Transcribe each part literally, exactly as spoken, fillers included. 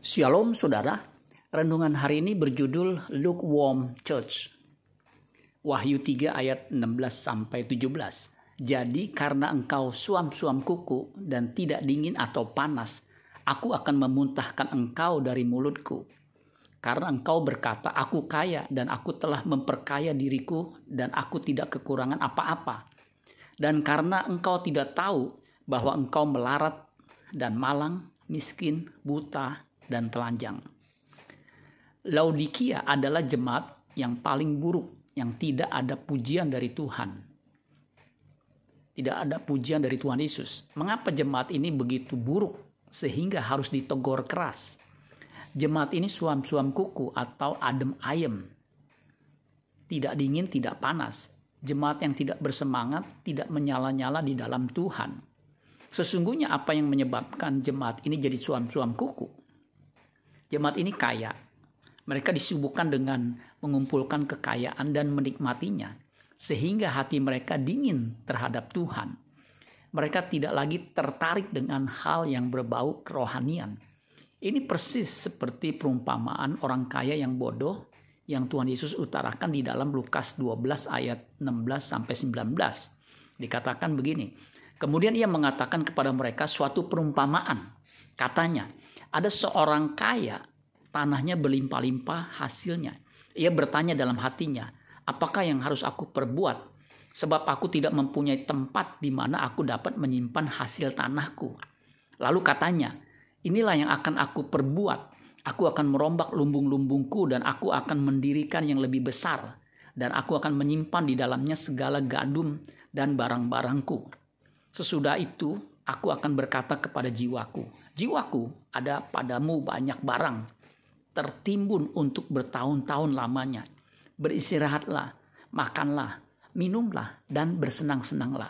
Shalom saudara, renungan hari ini berjudul Lukewarm Church. Wahyu tiga ayat enam belas sampai tujuh belas. Jadi karena engkau suam-suam kuku dan tidak dingin atau panas, aku akan memuntahkan engkau dari mulutku. Karena engkau berkata, aku kaya dan aku telah memperkaya diriku dan aku tidak kekurangan apa-apa. Dan karena engkau tidak tahu bahwa engkau melarat dan malang, miskin, buta, dan telanjang. Laodikia adalah jemaat yang paling buruk, yang tidak ada pujian dari Tuhan. Tidak ada pujian dari Tuhan Yesus. Mengapa jemaat ini begitu buruk sehingga harus ditegur keras? Jemaat ini suam-suam kuku atau adem ayem. Tidak dingin, tidak panas. Jemaat yang tidak bersemangat, tidak menyala-nyala di dalam Tuhan. Sesungguhnya apa yang menyebabkan jemaat ini jadi suam-suam kuku? Jemaat ini kaya. Mereka disibukkan dengan mengumpulkan kekayaan dan menikmatinya. Sehingga hati mereka dingin terhadap Tuhan. Mereka tidak lagi tertarik dengan hal yang berbau kerohanian. Ini persis seperti perumpamaan orang kaya yang bodoh yang Tuhan Yesus utarakan di dalam Lukas dua belas ayat enam belas sampai sembilan belas. Dikatakan begini. Kemudian ia mengatakan kepada mereka suatu perumpamaan. Katanya, ada seorang kaya, tanahnya berlimpah-limpah hasilnya. Ia bertanya dalam hatinya, apakah yang harus aku perbuat? Sebab aku tidak mempunyai tempat di mana aku dapat menyimpan hasil tanahku. Lalu katanya, inilah yang akan aku perbuat. Aku akan merombak lumbung-lumbungku dan aku akan mendirikan yang lebih besar. Dan aku akan menyimpan di dalamnya segala gadum dan barang-barangku. Sesudah itu, aku akan berkata kepada jiwaku, jiwaku, ada padamu banyak barang, tertimbun untuk bertahun-tahun lamanya. Beristirahatlah, makanlah, minumlah, dan bersenang-senanglah.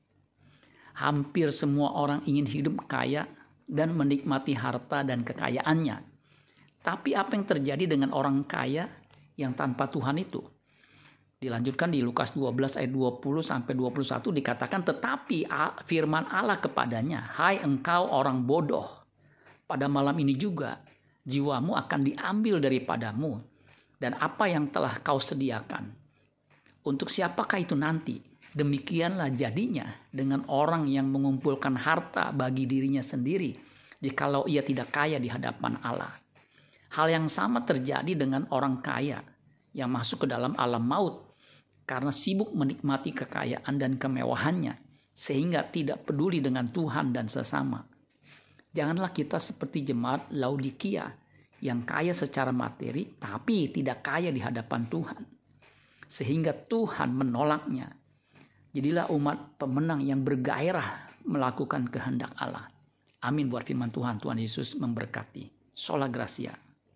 Hampir semua orang ingin hidup kaya dan menikmati harta dan kekayaannya. Tapi apa yang terjadi dengan orang kaya yang tanpa Tuhan itu? Dilanjutkan di Lukas dua belas ayat dua puluh sampai dua puluh satu dikatakan, tetapi firman Allah kepadanya, hai engkau orang bodoh, pada malam ini juga jiwamu akan diambil daripadamu, dan apa yang telah kau sediakan, untuk siapakah itu nanti? Demikianlah jadinya dengan orang yang mengumpulkan harta bagi dirinya sendiri, jikalau ia tidak kaya di hadapan Allah. Hal yang sama terjadi dengan orang kaya yang masuk ke dalam alam maut, karena sibuk menikmati kekayaan dan kemewahannya, sehingga tidak peduli dengan Tuhan dan sesama. Janganlah kita seperti jemaat Laodikia yang kaya secara materi tapi tidak kaya di hadapan Tuhan, sehingga Tuhan menolaknya. Jadilah umat pemenang yang bergairah melakukan kehendak Allah. Amin buat firman Tuhan. Tuhan Yesus memberkati. Sola Gracia.